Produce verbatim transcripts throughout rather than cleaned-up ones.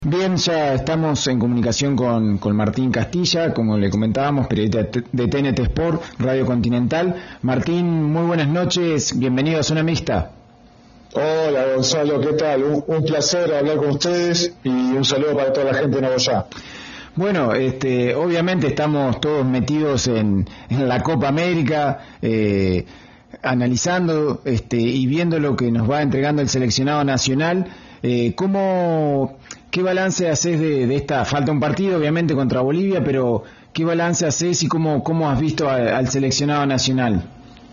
Bien, ya estamos en comunicación con, con Martín Castilla, como le comentábamos, periodista de T N T Sport, Radio Continental. Martín, muy buenas noches, bienvenido a Zona Mixta. Hola Gonzalo, ¿qué tal? Un, un placer hablar con ustedes y un saludo para toda la gente de Nogoyá. Bueno, este, obviamente estamos todos metidos en, en la Copa América, eh, analizando este, y viendo lo que nos va entregando el seleccionado nacional. Eh, ¿cómo, ¿Qué balance haces de, de esta? Falta un partido, obviamente, contra Bolivia, pero ¿qué balance haces y cómo, cómo has visto a, al seleccionado nacional?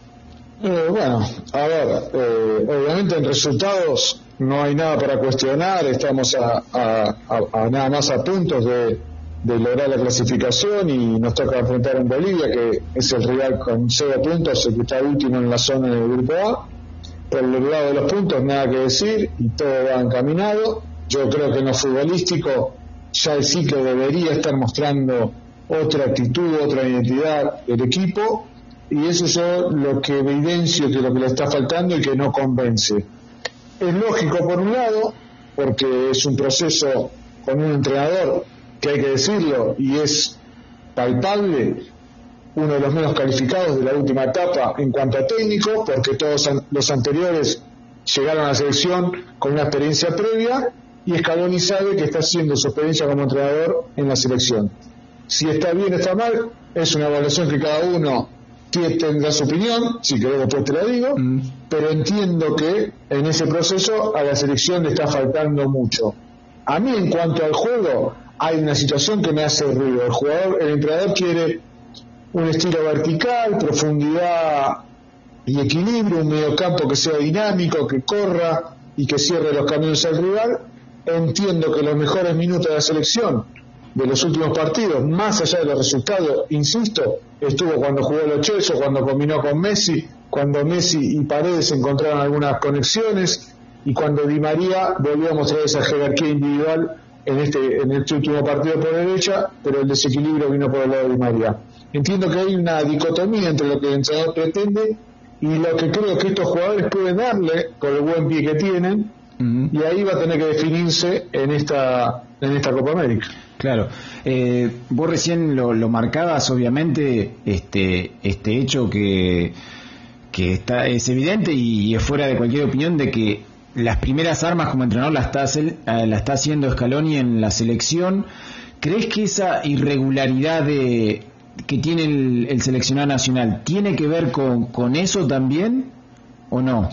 Eh, bueno, a ver, eh, obviamente en resultados no hay nada para cuestionar, estamos a, a, a, a nada más a puntos de, de lograr la clasificación y nos toca enfrentar a Bolivia, que es el rival con cero puntos, el que está último en la zona del grupo A. Por el lado de los puntos nada que decir y todo va encaminado. Yo creo que en lo futbolístico ya el ciclo debería estar mostrando otra actitud, otra identidad del equipo, y eso yo lo que evidencio que es lo que le está faltando y que no convence. Es lógico por un lado, porque es un proceso con un entrenador que hay que decirlo y es palpable, uno de los menos calificados de la última etapa en cuanto a técnico, porque todos los anteriores llegaron a la selección con una experiencia previa, y Scaloni sabe que está haciendo su experiencia como entrenador en la selección. Si está bien o está mal, es una evaluación que cada uno tendrá su opinión, si querés después te la digo, mm. pero entiendo que en ese proceso a la selección le está faltando mucho. A mí, en cuanto al juego, hay una situación que me hace ruido. El jugador, el entrenador quiere un estilo vertical, profundidad y equilibrio, un mediocampo que sea dinámico, que corra y que cierre los caminos al rival. Entiendo que los mejores minutos de la selección de los últimos partidos, más allá de los resultados, insisto, estuvo cuando jugó Lo Celso, cuando combinó con Messi, cuando Messi y Paredes encontraron algunas conexiones y cuando Di María volvió a mostrar esa jerarquía individual en este, en este último partido por derecha, pero el desequilibrio vino por el lado de Di María. Entiendo que hay una dicotomía entre lo que el entrenador pretende y lo que creo que estos jugadores pueden darle por el buen pie que tienen, uh-huh. y ahí va a tener que definirse en esta en esta Copa América. Claro, eh, vos recién lo, lo marcabas, obviamente, este este hecho que que está es evidente y, y es fuera de cualquier opinión de que las primeras armas como entrenador la está la está haciendo Scaloni en la selección. ¿Crees que esa irregularidad de que tiene el, el seleccionado nacional tiene que ver con, con eso también o no?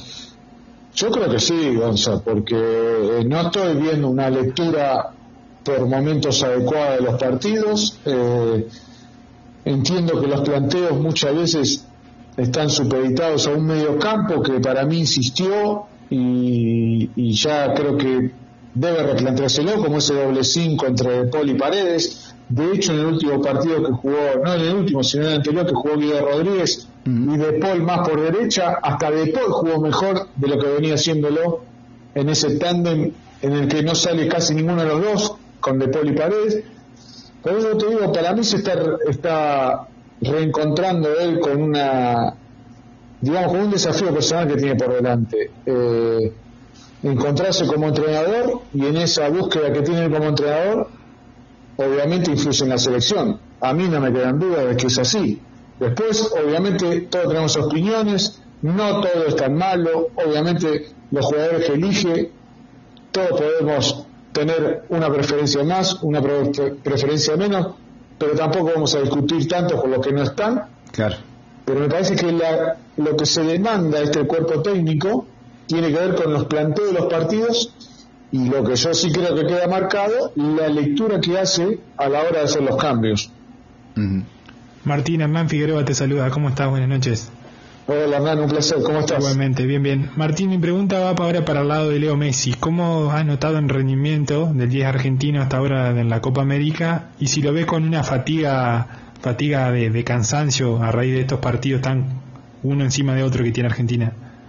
Yo creo que sí, Gonza, porque no estoy viendo una lectura por momentos adecuada de los partidos. Eh, entiendo que los planteos muchas veces están supeditados a un medio campo que para mí insistió y, y ya creo que debe replanteárselo, como ese doble cinco entre De Paul y Paredes. De hecho, en el último partido que jugó, no en el último, sino en el anterior, que jugó Guido Rodríguez, uh-huh. y De Paul más por derecha, hasta De Paul jugó mejor de lo que venía haciéndolo en ese tándem en el que no sale casi ninguno de los dos, con De Paul y Paredes. Por eso te digo, para mí se está, está reencontrando él con una, digamos, con un desafío personal que tiene por delante. Eh, encontrarse como entrenador, y en esa búsqueda que tiene como entrenador, obviamente influye en la selección. A mí no me quedan dudas de que es así. Después, obviamente, todos tenemos opiniones, no todo es tan malo, obviamente los jugadores que elige, todos podemos tener una preferencia más, una pre- preferencia menos, pero tampoco vamos a discutir tanto con los que no están. Claro. Pero me parece que la, lo que se demanda a este cuerpo técnico tiene que ver con los planteos de los partidos y lo que yo sí creo que queda marcado, la lectura que hace a la hora de hacer los cambios. Uh-huh. Martín, Hernán Figueroa te saluda, ¿cómo estás? Buenas noches. Hola Hernán, un placer, ¿cómo estás? Igualmente, bien, bien. Martín, mi pregunta va para ahora para el lado de Leo Messi. ¿Cómo has notado el rendimiento del diez argentino hasta ahora en la Copa América? Y si lo ves con una fatiga fatiga de, de cansancio a raíz de estos partidos tan uno encima de otro que tiene Argentina.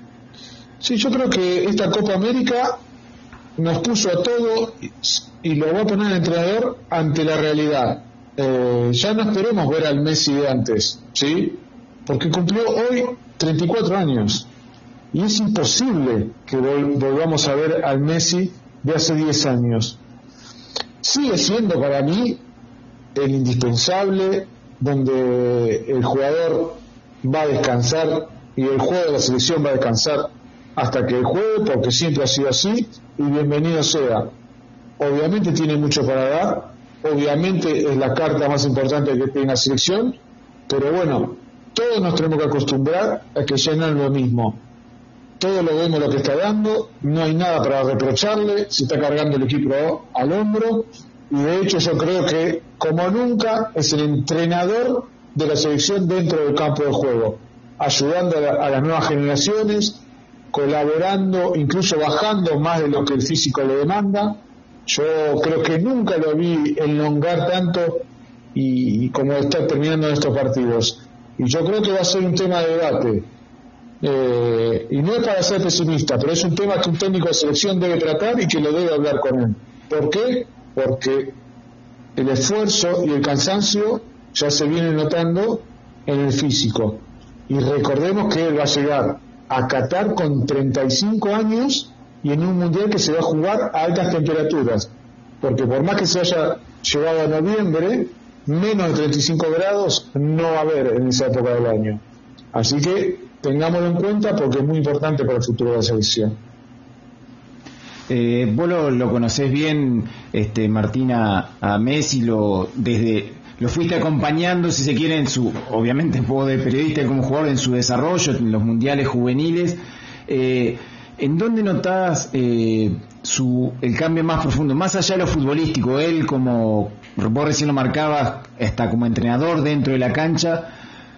Sí, yo creo que esta Copa América nos puso a todo y lo va a poner el entrenador ante la realidad. Eh, ya no esperemos ver al Messi de antes, ¿sí? Porque cumplió hoy treinta y cuatro años y es imposible que vol- volvamos a ver al Messi de hace diez años. sigue siendo para mí el indispensable, donde el jugador va a descansar y el juego de la selección va a descansar hasta que juegue, porque siempre ha sido así, y bienvenido sea. Obviamente tiene mucho para dar, obviamente es la carta más importante que tiene la selección, pero bueno, todos nos tenemos que acostumbrar a que ya no es lo mismo. Todos lo vemos lo que está dando, no hay nada para reprocharle, se está cargando el equipo al hombro, y de hecho yo creo que como nunca es el entrenador de la selección dentro del campo de juego, ayudando a, la, a las nuevas generaciones, colaborando, incluso bajando más de lo que el físico le demanda. Yo creo que nunca lo vi elongar tanto y, y como está terminando en estos partidos, y yo creo que va a ser un tema de debate. Eh, y no es para ser pesimista, pero es un tema que un técnico de selección debe tratar y que lo debe hablar con él. ¿Por qué? Porque el esfuerzo y el cansancio ya se viene notando en el físico, y recordemos que él va a llegar a Qatar con treinta y cinco años y en un mundial que se va a jugar a altas temperaturas, porque por más que se haya llevado a noviembre, menos de treinta y cinco grados no va a haber en esa época del año. Así que tengámoslo en cuenta porque es muy importante para el futuro de la selección. Eh, vos lo, lo conocés bien, este, Martina, a Messi, lo desde lo fuiste acompañando, si se quiere, en su, obviamente vos de periodista y como jugador, en su desarrollo, en los mundiales juveniles. Eh, ¿En dónde notás eh, su el cambio más profundo, más allá de lo futbolístico? Él, como vos recién lo marcabas, está como entrenador dentro de la cancha.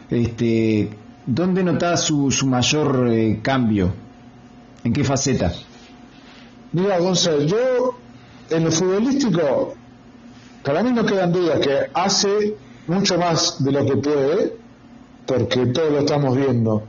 Este, ¿Dónde notás su, su mayor eh, cambio? ¿En qué faceta? Mira, Gonzalo, yo en lo futbolístico, para mí no quedan dudas que hace mucho más de lo que puede, porque todos lo estamos viendo.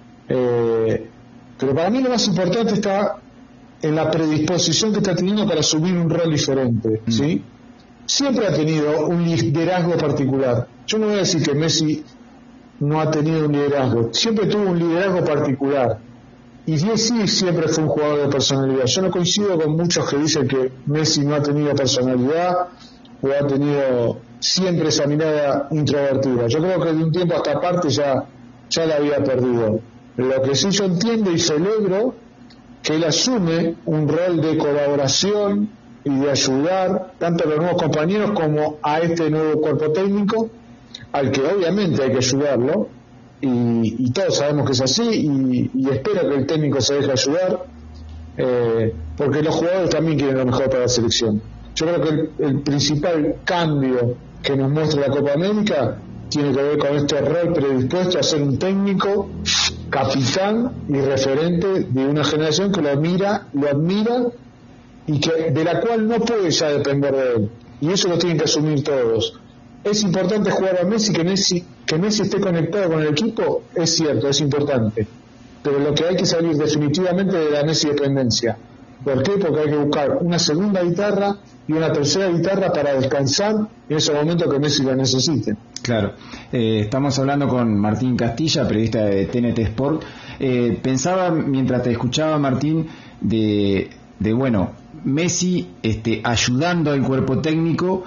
Eh, pero para mí lo más importante está en la predisposición que está teniendo para asumir un rol diferente, mm. ¿sí? Siempre ha tenido un liderazgo particular. Yo no voy a decir que Messi no ha tenido un liderazgo, siempre tuvo un liderazgo particular. Y sí, siempre fue un jugador de personalidad. Yo no coincido con muchos que dicen que Messi no ha tenido personalidad o ha tenido siempre esa mirada introvertida. Yo creo que de un tiempo a esta parte ya, ya la había perdido. Lo que sí yo entiendo y celebro que él asume un rol de colaboración y de ayudar tanto a los nuevos compañeros como a este nuevo cuerpo técnico, al que obviamente hay que ayudarlo. Y, y todos sabemos que es así, y, y espero que el técnico se deje ayudar, eh, porque los jugadores también quieren lo mejor para la selección. Yo creo que el, el principal cambio que nos muestra la Copa América tiene que ver con este rol predispuesto a ser un técnico, capitán y referente de una generación que lo admira, lo admira y que de la cual no puede ya depender de él, y eso lo tienen que asumir todos. Es importante jugar a Messi, que Messi que Messi esté conectado con el equipo, es cierto, es importante, pero lo que hay que salir definitivamente de la Messi dependencia. ¿Por qué? Porque hay que buscar una segunda guitarra y una tercera guitarra para descansar en ese momento que Messi la necesite. Claro, eh, estamos hablando con Martín Castilla, periodista de T N T Sport. Eh, pensaba mientras te escuchaba, Martín, de, de bueno, Messi este, ayudando al cuerpo técnico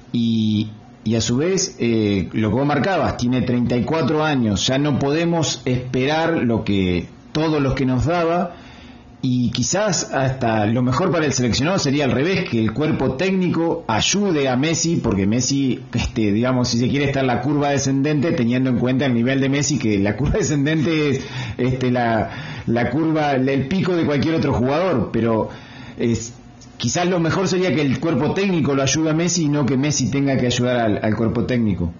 y Y a su vez, eh, lo que vos marcabas, tiene treinta y cuatro años, ya no podemos esperar lo que todos los que nos daba, y quizás hasta lo mejor para el seleccionado sería al revés, que el cuerpo técnico ayude a Messi, porque Messi, este, digamos, si se quiere, está en la curva descendente, teniendo en cuenta el nivel de Messi, que la curva descendente es este, la, la curva, el pico de cualquier otro jugador, pero es... Quizás lo mejor sería que el cuerpo técnico lo ayude a Messi y no que Messi tenga que ayudar al, al cuerpo técnico.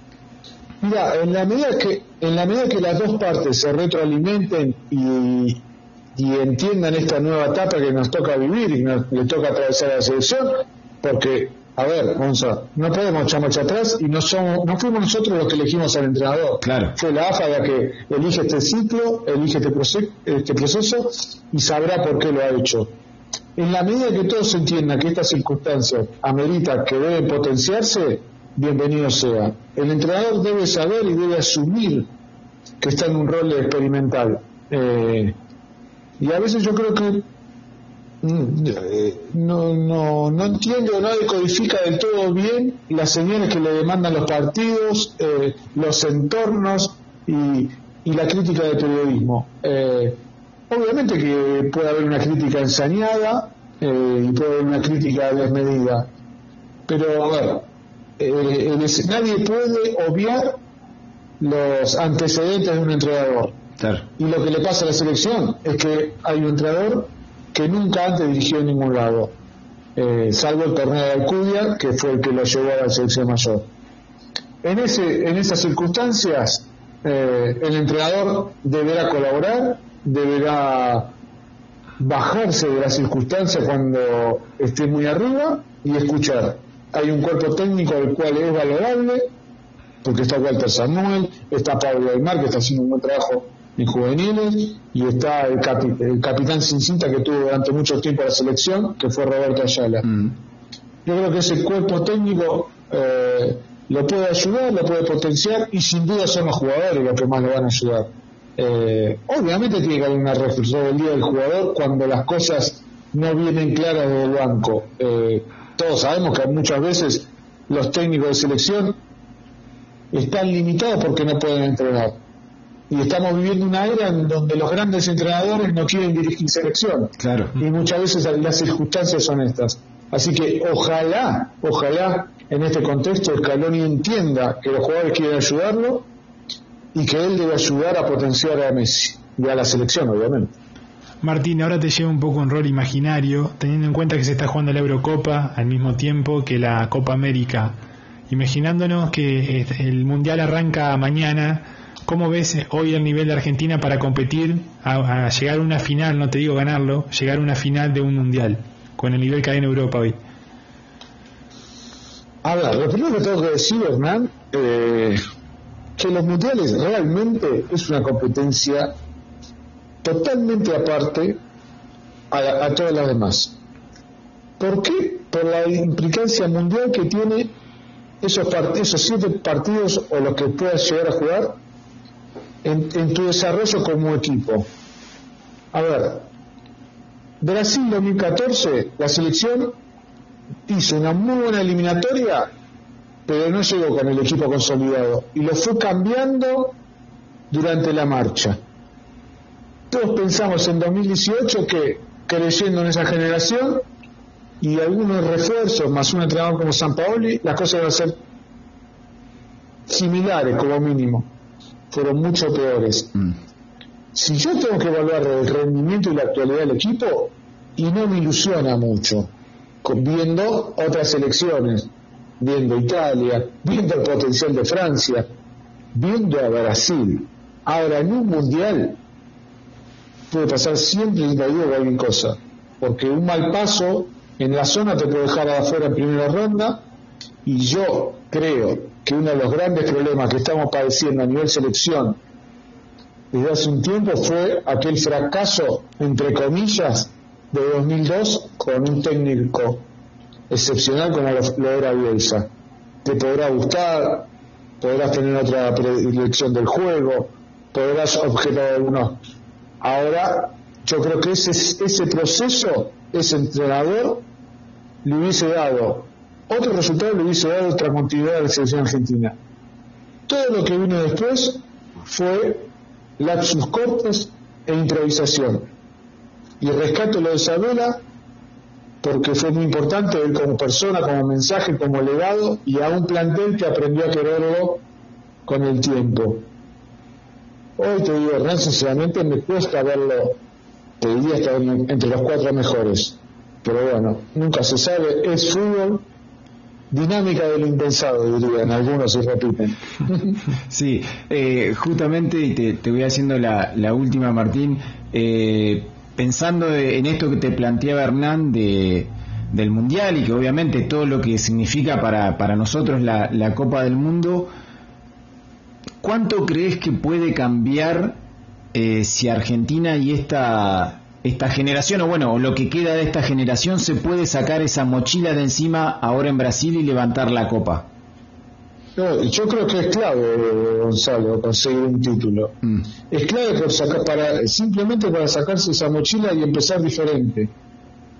Mira, en la medida que en la medida que las dos partes se retroalimenten y, y entiendan esta nueva etapa que nos toca vivir y nos le toca atravesar a la selección, porque, a ver, Gonzalo, no podemos echar marcha atrás y no somos, no fuimos nosotros los que elegimos al entrenador. Claro. Fue la A F A la que elige este ciclo, elige este proceso, este proceso y sabrá por qué lo ha hecho. En la medida que todos entiendan que estas circunstancias ameritan que deben potenciarse, bienvenido sea. El entrenador debe saber y debe asumir que está en un rol experimental. Eh, y a veces yo creo que no, no, no entiende o no decodifica del todo bien las señales que le demandan los partidos, eh, los entornos y, y la crítica del periodismo. Eh, obviamente que puede haber una crítica ensañada eh, y puede haber una crítica desmedida, pero a ver, eh, el, nadie puede obviar los antecedentes de un entrenador. Claro. Y lo que le pasa a la selección es que hay un entrenador que nunca antes dirigió en ningún lado, eh, salvo el torneo de Alcudia, que fue el que lo llevó a la selección mayor. En ese en esas circunstancias, eh, el entrenador deberá colaborar, deberá bajarse de las circunstancias cuando esté muy arriba y escuchar. Hay un cuerpo técnico del cual es valorable, porque está Walter Samuel, está Pablo Aymar, que está haciendo un buen trabajo en juveniles, y está el, capi, el capitán sin cinta que tuvo durante mucho tiempo la selección, que fue Roberto Ayala. Mm. Yo creo que ese cuerpo técnico eh, lo puede ayudar, lo puede potenciar, y sin duda son los jugadores los que más lo van a ayudar. Eh, obviamente tiene que haber una rebeldía del jugador cuando las cosas no vienen claras desde el banco. Eh, todos sabemos que muchas veces los técnicos de selección están limitados porque no pueden entrenar. Y estamos viviendo una era en donde los grandes entrenadores no quieren dirigir selección. Claro. Y muchas veces las circunstancias son estas. Así que ojalá, ojalá en este contexto Scaloni entienda que los jugadores quieren ayudarlo y que él debe ayudar a potenciar a Messi y a la selección, obviamente. Martín, ahora te llevo un poco un rol imaginario, teniendo en cuenta que se está jugando la Eurocopa al mismo tiempo que la Copa América. Imaginándonos que el Mundial arranca mañana, ¿cómo ves hoy el nivel de Argentina para competir, a, a llegar a una final, no te digo ganarlo, llegar a una final de un Mundial, con el nivel que hay en Europa hoy? A ver, lo primero que tengo que decir, Hernán, eh, que los Mundiales realmente es una competencia totalmente aparte a, a todas las demás. ¿Por qué? Por la implicancia mundial que tiene esos, part- esos siete partidos o los que puedas llegar a jugar en, en tu desarrollo como equipo. A ver, Brasil dos mil catorce, la selección hizo una muy buena eliminatoria, pero no llegó con el equipo consolidado y lo fue cambiando durante la marcha. Todos pensamos en dos mil dieciocho que, creyendo en esa generación y algunos refuerzos más un entrenador como Sampaoli, las cosas van a ser similares como mínimo. Fueron mucho peores. Mm. Si yo tengo que evaluar el rendimiento y la actualidad del equipo, y no me ilusiona mucho, viendo otras selecciones, viendo Italia, viendo el potencial de Francia, viendo a Brasil. Ahora, en un mundial puede pasar siempre y digo cualquier cosa, porque un mal paso en la zona te puede dejar afuera en primera ronda, y yo creo que uno de los grandes problemas que estamos padeciendo a nivel selección desde hace un tiempo fue aquel fracaso, entre comillas, de dos mil dos con un técnico excepcional como lo, lo era Bielsa. Te podrá gustar, podrás tener otra predilección del juego, podrás objetar algunos. Ahora, yo creo que ese, ese proceso, ese entrenador, le hubiese dado otro resultado, le hubiese dado otra continuidad a la selección argentina. Todo lo que vino después fue lapsus cortos e improvisación. Y rescato lo de Sabela porque fue muy importante él como persona, como mensaje, como legado, y a un plantel que aprendió a quererlo con el tiempo. Hoy te digo, Hernán, sinceramente me cuesta verlo, te diría estar entre los cuatro mejores, pero bueno, nunca se sabe, es fútbol, dinámica del impensado, dirían algunos y repiten. Sí, eh, justamente, y te, te voy haciendo la, la última, Martín, eh, pensando en esto que te planteaba Hernán de, del Mundial, y que obviamente todo lo que significa para, para nosotros la, la Copa del Mundo, ¿cuánto crees que puede cambiar eh, si Argentina y esta esta generación, o bueno, o lo que queda de esta generación, se puede sacar esa mochila de encima ahora en Brasil y levantar la Copa? No, yo creo que es clave, Gonzalo, conseguir un título. Mm. Es clave por sacar, para, simplemente para sacarse esa mochila y empezar diferente.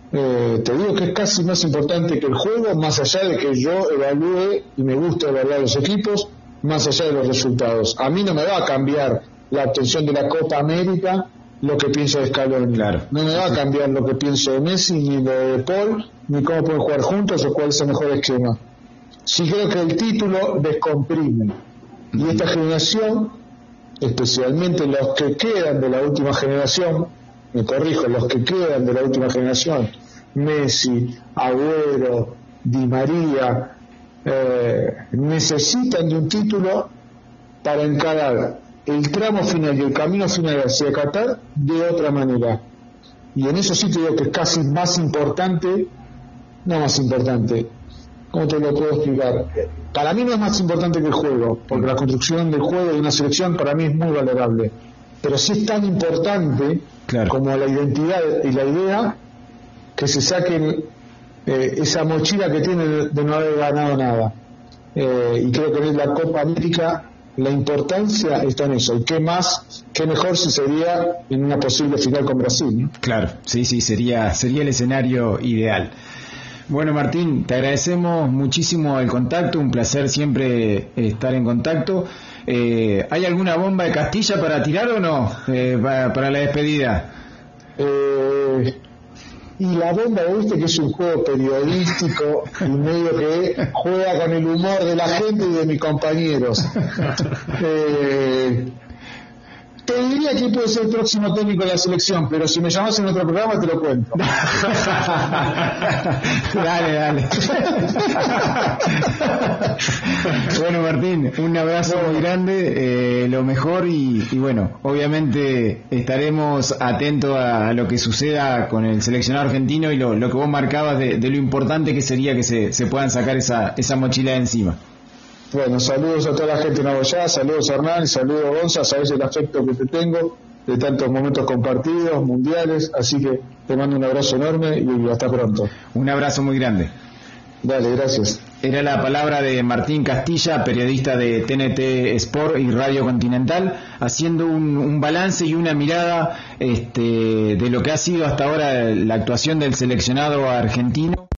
Eh, te digo que es casi más importante que el juego, más allá de que yo evalúe y me gusta evaluar los equipos, más allá de los resultados. A mí no me va a cambiar la obtención de la Copa América lo que pienso de Scaloni. Claro. No me va a cambiar lo que pienso de Messi, ni lo de Paul, ni cómo pueden jugar juntos o cuál es el mejor esquema. Sí creo que el título descomprime. Y esta generación, especialmente los que quedan de la última generación, me corrijo, los que quedan de la última generación, Messi, Agüero, Di María, eh, necesitan de un título para encarar el tramo final y el camino final hacia Qatar de otra manera. Y en eso sí te digo que es casi más importante, no más importante, ¿cómo te lo puedo explicar? Para mí no es más importante que el juego, porque la construcción del juego de una selección para mí es muy valorable, pero sí es tan importante, claro, como la identidad y la idea, que se saquen eh, esa mochila que tiene de, de no haber ganado nada. Eh, y creo que en la Copa América la importancia está en eso. Y qué más, qué mejor si sería en una posible final con Brasil, ¿no? Claro, sí, sí, sería, sería el escenario ideal. Bueno, Martín, te agradecemos muchísimo el contacto, un placer siempre estar en contacto. Eh, ¿Hay alguna bomba de Castilla para tirar o no? Eh, para, para la despedida. Eh, y la bomba, viste que es un juego periodístico y medio que juega con el humor de la gente y de mis compañeros. Eh, te diría que puede ser el próximo técnico de la selección, pero si me llamas en otro programa te lo cuento. Dale, dale. Bueno, Martín, un abrazo muy grande, eh, lo mejor y, y bueno, obviamente estaremos atentos a, a lo que suceda con el seleccionado argentino y lo, lo que vos marcabas de, de lo importante que sería que se, se puedan sacar esa, esa mochila de encima. Bueno, saludos a toda la gente de Nagoya, saludos a Hernán, saludos a Gonza, sabes el afecto que te tengo de tantos momentos compartidos, mundiales, así que te mando un abrazo enorme y hasta pronto. Un abrazo muy grande. Dale, gracias. Era la palabra de Martín Castilla, periodista de T N T Sport y Radio Continental, haciendo un, un balance y una mirada este, de lo que ha sido hasta ahora la actuación del seleccionado argentino.